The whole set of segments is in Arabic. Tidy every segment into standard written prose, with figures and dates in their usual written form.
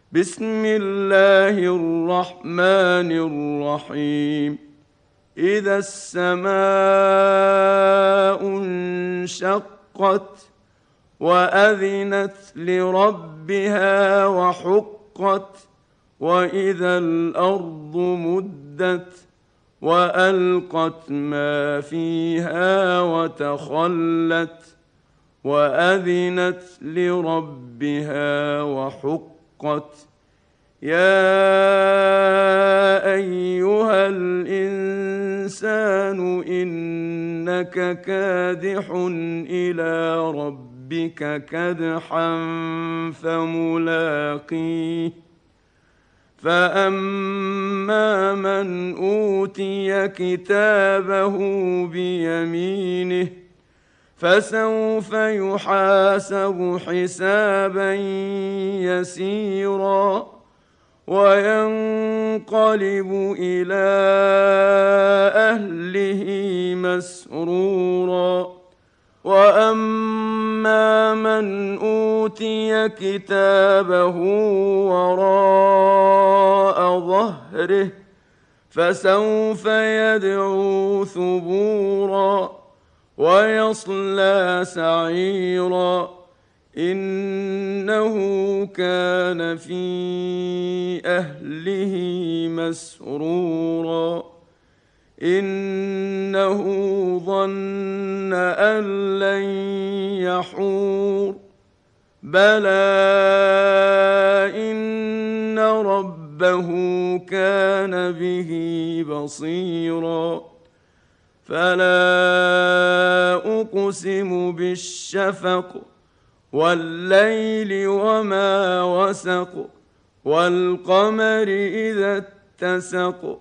بسم الله الرحمن الرحيم. إذا السماء انشقت وأذنت لربها وحقت، وإذا الأرض مدت وألقت ما فيها وتخلت وأذنت لربها وحقت. يا أيها الإنسان إنك كادح إلى ربك كدحا فملاقيه. فأما من أوتي كتابه بيمينه فسوف يحاسب حسابا يسيرا وينقلب إلى أهله مسرورا. وأما من أوتي كتابه وراء ظهره فسوف يدعو ثبورا ويصلى سعيرا. إنه كان في أهله مسرورا. إنه ظن أن لن يحور. بلى إن ربه كان به بصيرا. فلا أقسم بالشفق والليل وما وسق والقمر إذا اتسق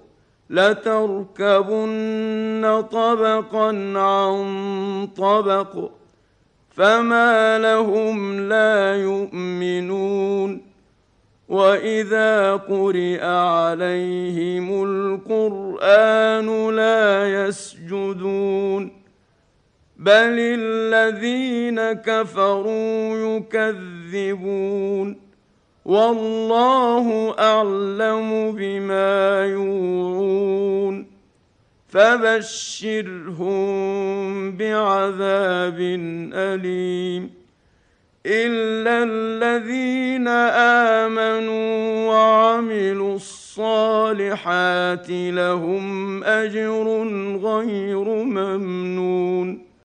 لتركبن طبقا عن طبق فما لهم لا يؤمنون. وإذا قرئ عليهم القرآن لا يسجدون بل الذين كفروا يكذبون. والله أعلم بما يوعون فبشرهم بعذاب أليم إلا الذين آمنوا وعملوا الصالحات لهم أجر غير ممنون.